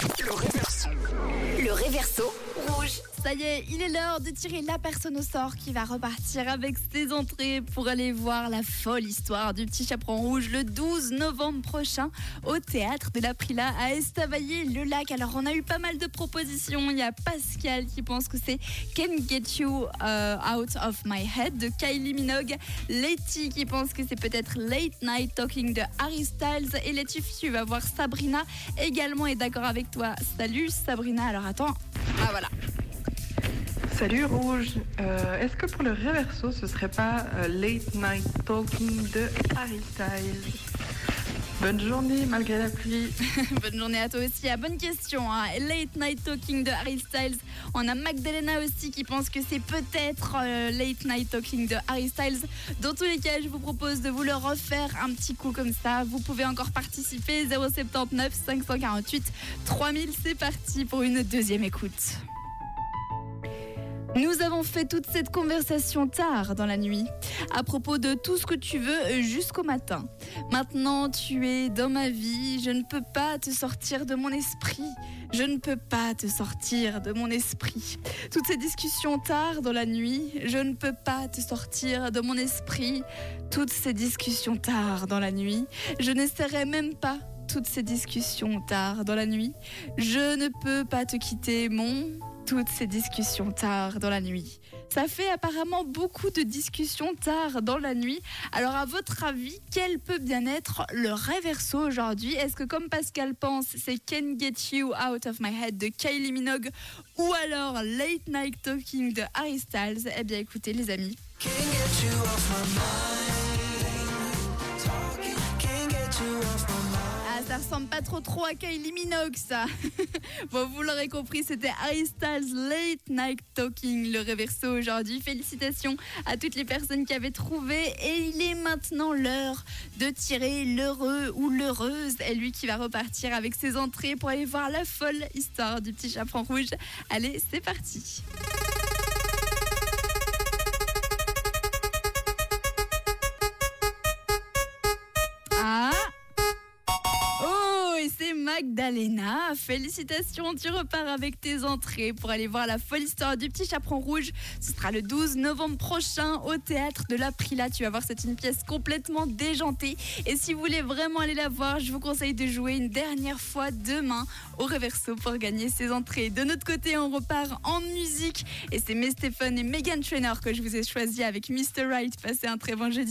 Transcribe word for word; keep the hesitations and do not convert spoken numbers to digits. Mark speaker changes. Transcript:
Speaker 1: Le réverso. Le réverso rouge.
Speaker 2: Ça y est, il est l'heure de tirer la personne au sort qui va repartir avec ses entrées pour aller voir la folle histoire du Petit Chaperon Rouge le douze novembre prochain au théâtre de l'Aprila à Estavayer-le-Lac. Alors on a eu pas mal de propositions. Il y a Pascal qui pense que c'est Can't Get You uh, Out of My Head de Kylie Minogue. Letty qui pense que c'est peut-être Late Night Talking de Harry Styles. Et Letty, tu vas voir Sabrina également est d'accord avec toi. Salut Sabrina, alors attends. Ah voilà.
Speaker 3: Salut Rouge, euh, est-ce que pour le réverso ce serait pas euh, Late Night Talking de Harry Styles? Bonne journée malgré la pluie.
Speaker 2: Bonne journée à toi aussi. Ah, bonne question. Hein. Late Night Talking de Harry Styles. On a Magdalena aussi qui pense que c'est peut-être euh, Late Night Talking de Harry Styles. Dans tous les cas, je vous propose de vous le refaire un petit coup comme ça. Vous pouvez encore participer. zéro sept neuf cinq cent quarante-huit trois mille. C'est parti pour une deuxième écoute. Nous avons fait toute cette conversation tard dans la nuit, à propos de tout ce que tu veux jusqu'au matin. Maintenant, tu es dans ma vie, je ne peux pas te sortir de mon esprit. Je ne peux pas te sortir de mon esprit. Toutes ces discussions tard dans la nuit, je ne peux pas te sortir de mon esprit. Toutes ces discussions tard dans la nuit, je n'essaierai même pas. Toutes ces discussions tard dans la nuit, je ne peux pas te quitter mon... Toutes ces discussions tard dans la nuit. Ça fait apparemment beaucoup de discussions tard dans la nuit. Alors à votre avis, quel peut bien être le réverso aujourd'hui? Est-ce que comme Pascal pense, c'est Can't Get You Out of My Head de Kylie Minogue ou alors Late Night Talking de Harry Styles? Eh bien écoutez les amis. Can't get you off my mind. Talking, can't get you off my mind. Ah, ça ressemble pas trop trop à Kylie Minogue, ça. Bon, vous l'aurez compris, c'était Harry Styles, Late Night Talking, le réverso aujourd'hui. Félicitations à toutes les personnes qui avaient trouvé. Et il est maintenant l'heure de tirer l'heureux ou l'heureuse. Et lui qui va repartir avec ses entrées pour aller voir la folle histoire du Petit Chaperon Rouge. Allez, c'est parti. Ah! C'est Magdalena. Félicitations, tu repars avec tes entrées pour aller voir la folle histoire du Petit Chaperon Rouge. Ce sera le douze novembre prochain au théâtre de l'Aprila. Tu vas voir, c'est une pièce complètement déjantée. Et si vous voulez vraiment aller la voir, je vous conseille de jouer une dernière fois demain au réverso pour gagner ces entrées. De notre côté, on repart en musique. Et c'est Mes Stéphane et Meghan Trainor que je vous ai choisi avec mister Right. Passez un très bon jeudi.